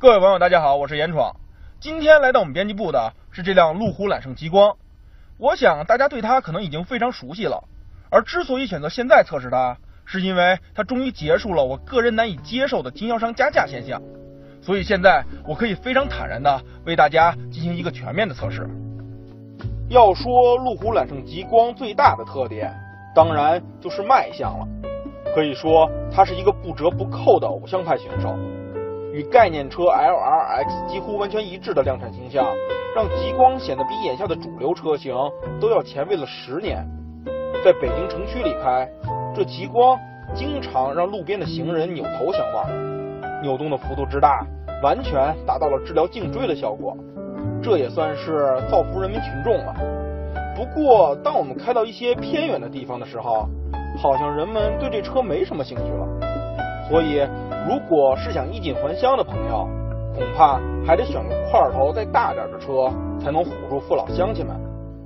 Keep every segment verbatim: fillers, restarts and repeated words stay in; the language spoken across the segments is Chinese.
各位网友大家好，我是严闯。今天来到我们编辑部的是这辆路虎揽胜极光，我想大家对它可能已经非常熟悉了，而之所以选择现在测试它，是因为它终于结束了我个人难以接受的经销商加价现象，所以现在我可以非常坦然的为大家进行一个全面的测试。要说路虎揽胜极光最大的特点，当然就是卖相了，可以说它是一个不折不扣的偶像派选手。与概念车 L R X 几乎完全一致的量产形象，让极光显得比眼下的主流车型都要前卫了十年。在北京城区里开，这极光经常让路边的行人扭头相望，扭动的幅度之大，完全达到了治疗颈椎的效果，这也算是造福人民群众了。不过，当我们开到一些偏远的地方的时候，好像人们对这车没什么兴趣了，所以如果是想衣锦还乡的朋友，恐怕还得选个块头再大点的车，才能唬住父老乡亲们。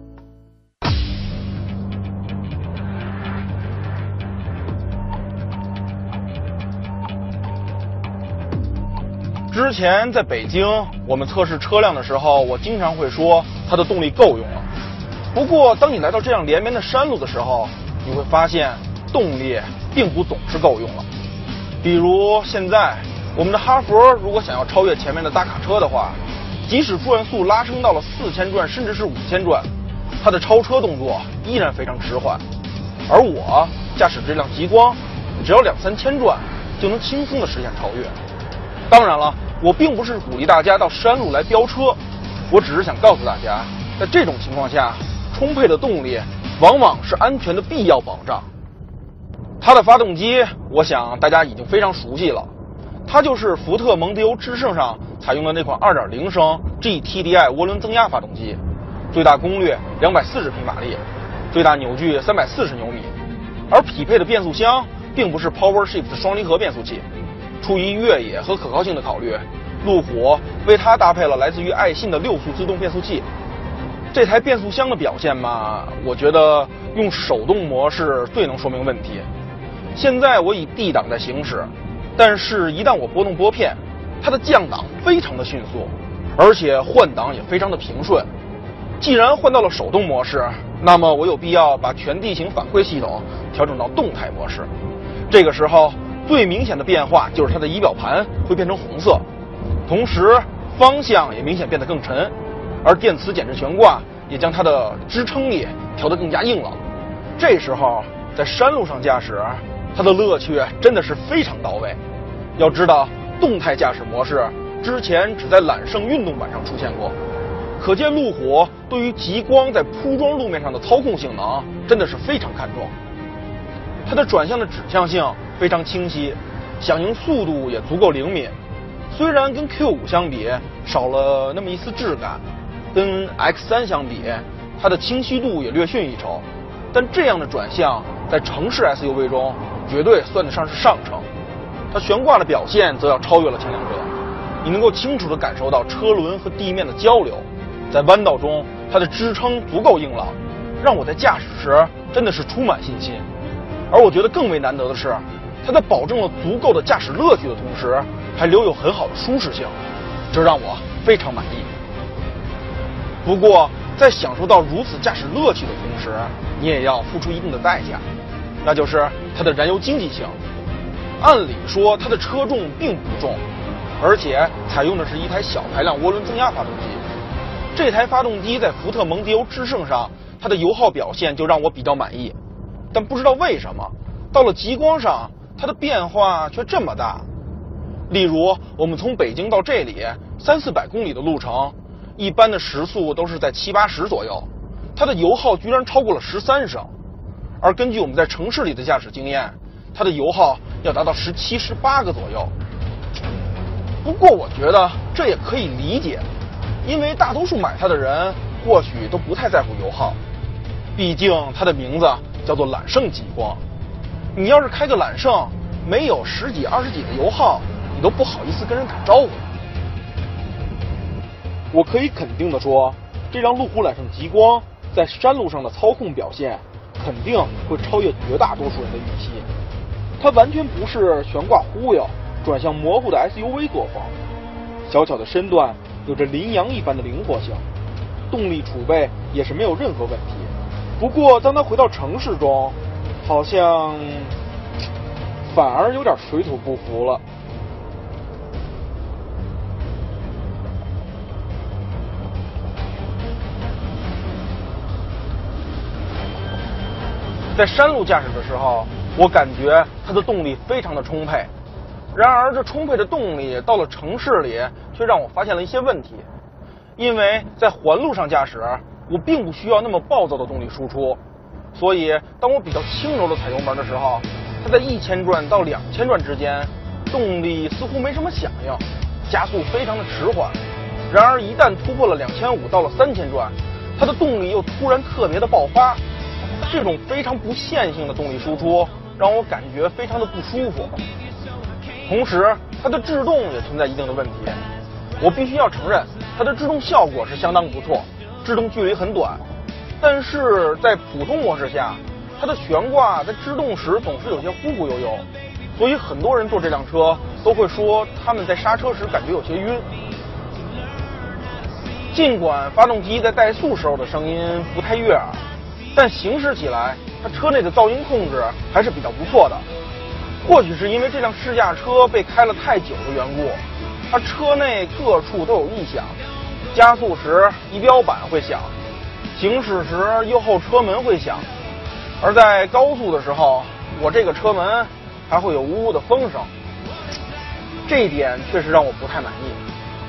之前在北京我们测试车辆的时候，我经常会说它的动力够用了。不过当你来到这样连绵的山路的时候，你会发现动力并不总是够用了。比如现在我们的哈佛如果想要超越前面的大卡车的话，即使转速拉升到了四千转甚至是五千转，它的超车动作依然非常迟缓。而我驾驶这辆极光，只要两三千转就能轻松的实现超越。当然了，我并不是鼓励大家到山路来飙车，我只是想告诉大家，在这种情况下，充沛的动力往往是安全的必要保障。它的发动机我想大家已经非常熟悉了，它就是福特蒙迪欧致胜上采用的那款 二点零 升 G T D I 涡轮增压发动机，最大功率两百四十匹马力，最大扭矩三百四十牛米。而匹配的变速箱并不是 PowerShift 双离合变速器，出于越野和可靠性的考虑，路虎为它搭配了来自于爱信的六速自动变速器。这台变速箱的表现嘛，我觉得用手动模式最能说明问题。现在我以 D 档在行驶，但是一旦我拨动拨片，它的降档非常的迅速，而且换挡也非常的平顺。既然换到了手动模式，那么我有必要把全地形反馈系统调整到动态模式。这个时候最明显的变化就是它的仪表盘会变成红色，同时方向也明显变得更沉，而电磁减震悬挂也将它的支撑力调得更加硬朗。这时候在山路上驾驶，它的乐趣真的是非常到位。要知道，动态驾驶模式之前只在揽胜运动版上出现过，可见路虎对于极光在铺装路面上的操控性能真的是非常看重。它的转向的指向性非常清晰，响应速度也足够灵敏。虽然跟 Q 五 相比少了那么一丝质感，跟 X 三 相比，它的清晰度也略逊一筹，但这样的转向在城市 S U V 中绝对算得上是上乘。它悬挂的表现则要超越了前两者，你能够清楚地感受到车轮和地面的交流，在弯道中它的支撑足够硬朗，让我在驾驶时真的是充满信心。而我觉得更为难得的是，它在保证了足够的驾驶乐趣的同时，还留有很好的舒适性，这让我非常满意。不过在享受到如此驾驶乐趣的同时，你也要付出一定的代价，那就是它的燃油经济性。按理说它的车重并不重，而且采用的是一台小排量涡轮增压发动机。这台发动机在福特蒙迪欧致胜上，它的油耗表现就让我比较满意，但不知道为什么到了极光上，它的变化却这么大。例如我们从北京到这里三四百公里的路程，一般的时速都是在七八十左右，它的油耗居然超过了十三升。而根据我们在城市里的驾驶经验，它的油耗要达到十七、十八个左右。不过我觉得这也可以理解，因为大多数买它的人或许都不太在乎油耗，毕竟它的名字叫做揽胜极光。你要是开个揽胜，没有十几、二十几的油耗，你都不好意思跟人打招呼。我可以肯定的说，这辆路虎揽胜极光在山路上的操控表现肯定会超越绝大多数人的预期。它完全不是悬挂忽悠、转向模糊的 S U V 作风， 小巧的身段有着羚羊一般的灵活性，动力储备也是没有任何问题。不过当他回到城市中，好像反而有点水土不服了。 在山路驾驶的时候，我感觉它的动力非常的充沛。然而，这充沛的动力到了城市里，却让我发现了一些问题。因为在环路上驾驶，我并不需要那么暴躁的动力输出，所以当我比较轻柔的踩油门的时候，它在一千转到两千转之间，动力似乎没什么响应，加速非常的迟缓。然而，一旦突破了两千五到了三千转，它的动力又突然特别的爆发。这种非常不线性的动力输出让我感觉非常的不舒服，同时它的制动也存在一定的问题。我必须要承认，它的制动效果是相当不错，制动距离很短，但是在普通模式下，它的悬挂在制动时总是有些忽忽悠悠，所以很多人坐这辆车都会说他们在刹车时感觉有些晕。尽管发动机在怠速时候的声音不太悦耳，但行驶起来，它车内的噪音控制还是比较不错的。或许是因为这辆试驾车被开了太久的缘故，它车内各处都有异响。加速时仪表板会响，行驶时右后车门会响，而在高速的时候，我这个车门还会有呜呜的风声。这一点确实让我不太满意。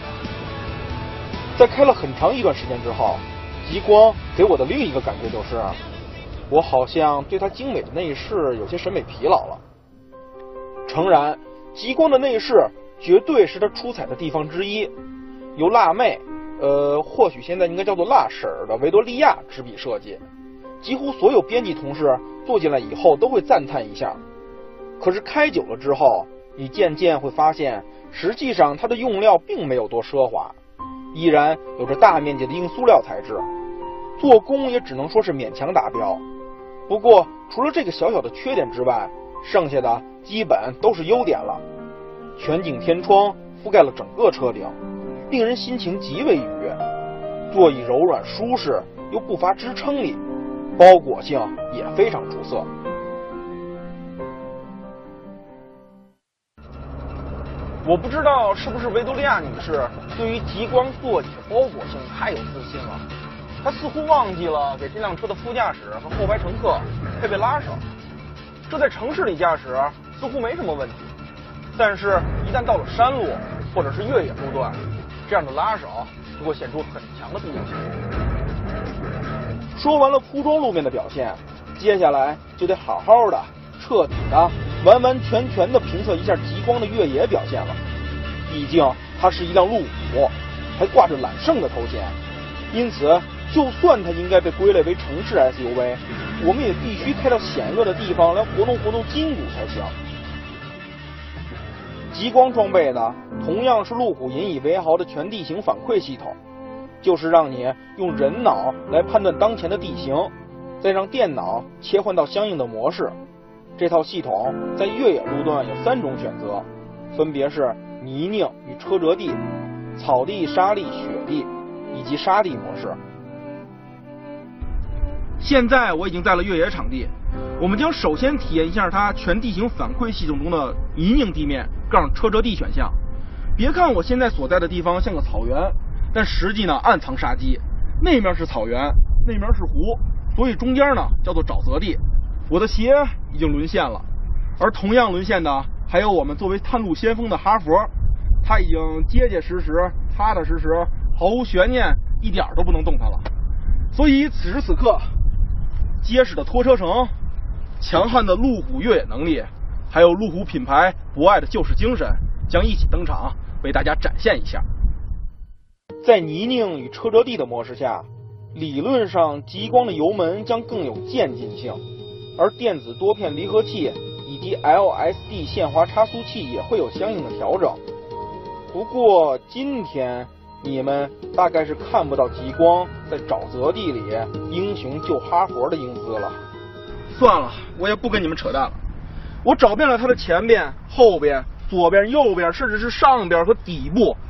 在开了很长一段时间之后，极光给我的另一个感觉就是，我好像对它精美的内饰有些审美疲劳了。诚然，极光的内饰绝对是它出彩的地方之一，由辣妹，呃，或许现在应该叫做辣婶的维多利亚执笔设计，几乎所有编辑同事坐进来以后都会赞叹一下。可是开久了之后，你渐渐会发现，实际上它的用料并没有多奢华，依然有着大面积的硬塑料材质，做工也只能说是勉强达标。不过除了这个小小的缺点之外，剩下的基本都是优点了。全景天窗覆盖了整个车顶，令人心情极为愉悦。座椅柔软舒适又不乏支撑力，包裹性也非常出色。 我不知道是不是维多利亚女士对于极光座椅的包裹性太有自信了，她似乎忘记了给这辆车的副驾驶和后排乘客配备拉手。这在城市里驾驶似乎没什么问题，但是一旦到了山路或者是越野路段，这样的拉手就会显出很强的必要性。 说完了铺装路面的表现，接下来就得好好的彻底的完完全全的评测一下极光的越野表现了。毕竟它是一辆路虎，还挂着揽胜的头衔，因此就算它应该被归类为城市 S U V， 我们也必须开到险恶的地方来活动活动筋骨才行。极光装备的同样是路虎引以为豪的全地形反馈系统，就是让你用人脑来判断当前的地形，再让电脑切换到相应的模式。这套系统在越野路段有三种选择，分别是泥泞与车辙地、草地、沙砾、雪地以及沙地模式。 现在我已经在了越野场地，我们将首先体验一下它全地形反馈系统中的泥泞地面杠车辙地选项。别看我现在所在的地方像个草原，但实际呢暗藏杀机，那面是草原，那面是湖，所以中间呢叫做沼泽地。我的鞋已经沦陷了，而同样沦陷的还有我们作为探路先锋的哈佛，他已经结结实实、踏踏实实、毫无悬念，一点都不能动弹了。所以此时此刻，结实的拖车绳、强悍的路虎越野能力，还有路虎品牌博爱的救世精神，将一起登场，为大家展现一下。 在泥泞与车辙地的模式下，理论上极光的油门将更有渐进性，而电子多片离合器以及 L S D 限滑差速器也会有相应的调整。不过今天你们大概是看不到极光在沼泽地里英雄救哈佛的英姿了。 算了，我也不跟你们扯淡了。我找遍了它的前边、后边、左边、右边，甚至是上边和底部，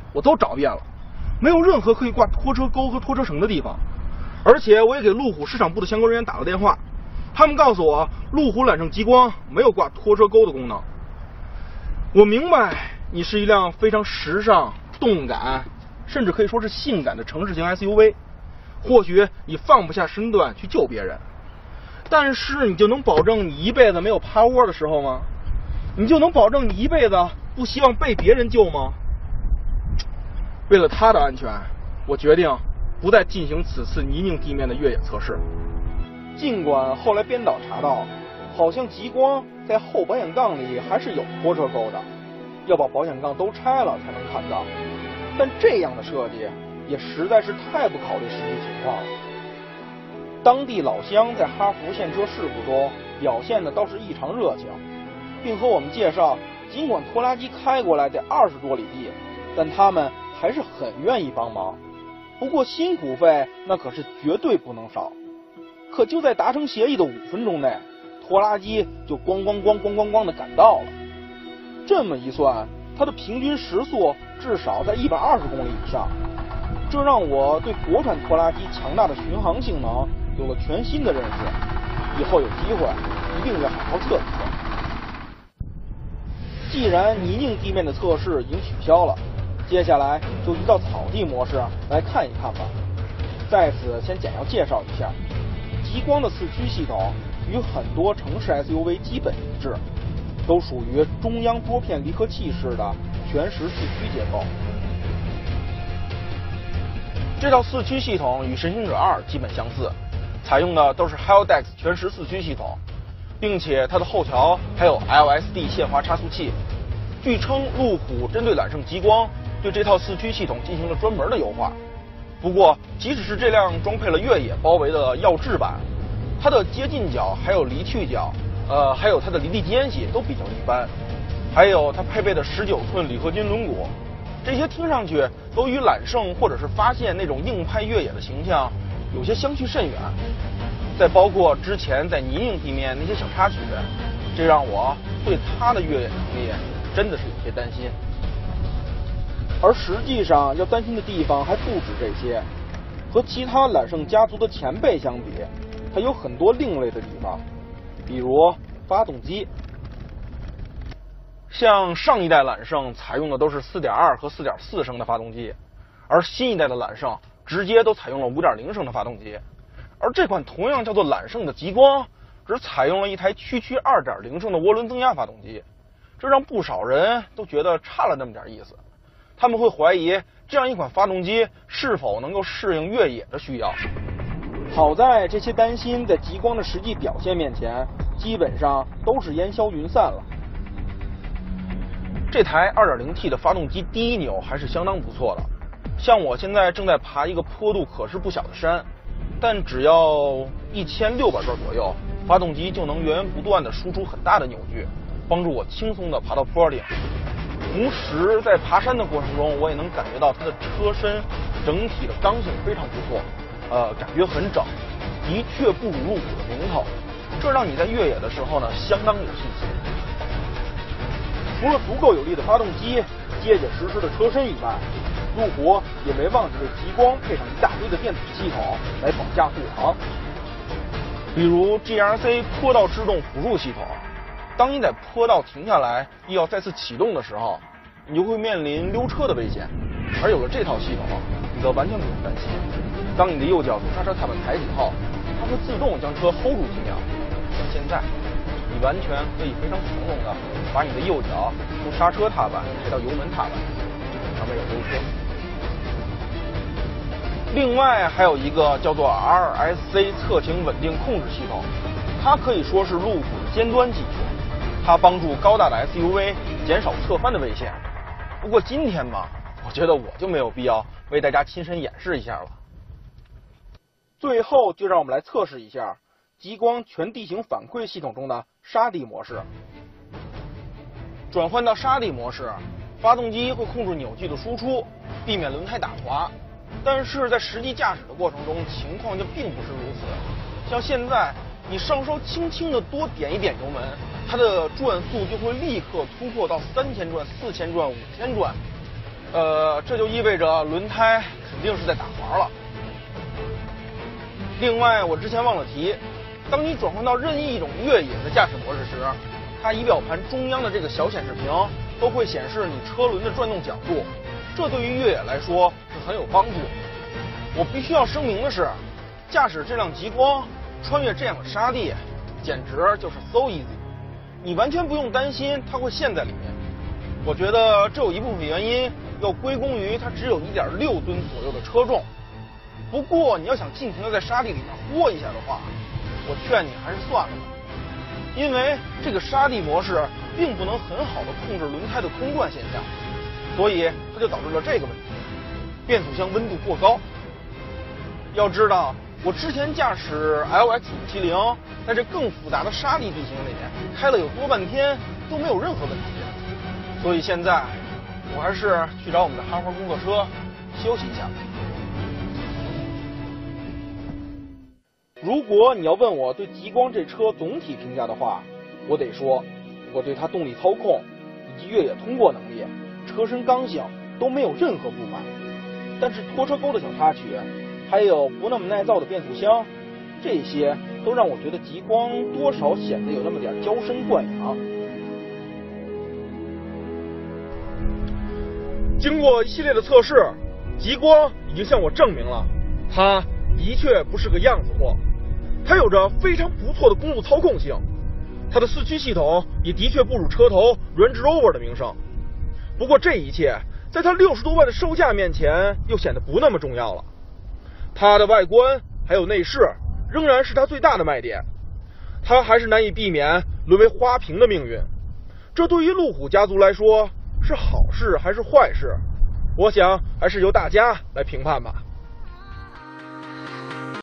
我都找遍了，没有任何可以挂拖车钩和拖车绳的地方。而且我也给路虎市场部的相关人员打了电话，他们告诉我，路虎揽胜极光没有挂拖车钩的功能。我明白你是一辆非常时尚、动感，甚至可以说是性感的城市型 S U V， 或许你放不下身段去救别人，但是你就能保证你一辈子没有趴窝的时候吗？你就能保证你一辈子不希望被别人救吗？为了他的安全，我决定不再进行此次泥泞地面的越野测试。 尽管后来编导查到，好像极光在后保险杠里还是有拖车钩的，要把保险杠都拆了才能看到，但这样的设计也实在是太不考虑实际情况了。当地老乡在哈弗现车事故中表现的倒是异常热情，并和我们介绍，尽管拖拉机开过来得二十多里地，但他们还是很愿意帮忙。不过辛苦费那可是绝对不能少。可就在达成协议的五分钟内，拖拉机就咣咣咣咣咣咣的赶到了。这么一算，它的平均时速至少在一百二十公里以上，这让我对国产拖拉机强大的巡航性能有了全新的认识。以后有机会一定要好好测一测。既然泥泞地面的测试已经取消了，接下来就移到草地模式来看一看吧。在此先简要介绍一下，极光的四驱系统与很多城市 S U V 基本一致，都属于中央多片离合器式的全时四驱结构。 这套四驱系统与神行者二基本相似，采用的都是 Haldex 全时四驱系统，并且它的后桥还有 L S D 限滑差速器。据称，路虎针对揽胜极光对这套四驱系统进行了专门的优化。不过，即使是这辆装配了越野包围的耀智版，它的接近角还有离去角，呃，还有它的离地间隙都比较一般。还有它配备的十九寸铝合金轮毂，这些听上去都与揽胜或者是发现那种硬派越野的形象有些相去甚远。再包括之前在泥泞地面那些小插曲，这让我对它的越野能力真的是有些担心。 而实际上要担心的地方还不止这些，和其他揽胜家族的前辈相比，它有很多另类的地方，比如发动机。 像上一代揽胜采用的都是 四点二 和 四点四 升的发动机，而新一代的揽胜直接都采用了 五点零 升的发动机。而这款同样叫做揽胜的极光，只采用了一台区区 二点零 升的涡轮增压发动机，这让不少人都觉得差了那么点意思。他们会怀疑这样一款发动机是否能够适应越野的需要。 好在这些担心在极光的实际表现面前，基本上都是烟消云散了。 这台 二点零 T 的发动机第一扭还是相当不错的，像我现在正在爬一个坡度可是不小的山，但只要一千六百转左右，发动机就能源源不断地输出很大的扭矩，帮助我轻松地爬到坡顶。同时在爬山的过程中，我也能感觉到它的车身整体的刚性非常不错，呃，感觉很整，的确不如路虎的名头，这让你在越野的时候呢相当有信心。除了足够有力的发动机、结结实实的车身以外，路虎也没忘记给极光配上一大堆的电子系统来保驾护航，比如 G R C 坡道制动辅助系统。当你在坡道停下来又要再次启动的时候，你就会面临溜车的危险。而有了这套系统，你则完全不用担心。当你的右脚从刹车踏板抬起后，它会自动将车 hold 住几秒。像现在，你完全可以非常从容的把你的右脚从刹车踏板抬到油门踏板，而没有溜车。另外还有一个叫做 R S C 侧倾稳定控制系统，它可以说是路虎的尖端技术。它帮助高大的 S U V 减少侧翻的危险。不过今天嘛，我觉得我就没有必要为大家亲身演示一下了。最后就让我们来测试一下极光全地形反馈系统中的沙地模式。转换到沙地模式，发动机会控制扭矩的输出，避免轮胎打滑。但是在实际驾驶的过程中，情况就并不是如此。像现在，你上稍轻轻的多点一点油门，它的转速就会立刻突破到三千转、四千转、五千转。 呃，这就意味着轮胎肯定是在打滑了。另外，我之前忘了提，当你转换到任意一种越野的驾驶模式时，它仪表盘中央的这个小显示屏都会显示你车轮的转动角度，这对于越野来说是很有帮助。我必须要声明的是，驾驶这辆极光穿越这样的沙地，简直就是 so easy， 你完全不用担心它会陷在里面。我觉得这有一部分原因要归功于它只有 一点六吨左右的车重。不过你要想尽情的在沙地里面豁一下的话，我劝你还是算了吧，因为这个沙地模式并不能很好的控制轮胎的空转现象，所以它就导致了这个问题：变速箱温度过高。要知道，我之前驾驶 L X 五七零，在这更复杂的沙地地形里开了有多半天都没有任何问题，所以现在我还是去找我们的哈佛工作车休息一下吧。 如果你要问我对极光这车总体评价的话，我得说，我对它动力操控以及越野通过能力、车身刚性都没有任何不满。但是拖车钩的小插曲，还有不那么耐造的变速箱，这些都让我觉得极光多少显得有那么点娇生惯养。 经过一系列的测试，极光已经向我证明了，它的确不是个样子货。它有着非常不错的公路操控性，它的四驱系统也的确不辱车头 Range Rover 的名声。不过这一切在它六十多万的售价面前又显得不那么重要了。它的外观还有内饰仍然是它最大的卖点，它还是难以避免沦为花瓶的命运。这对于路虎家族来说是好事还是坏事，我想还是由大家来评判吧。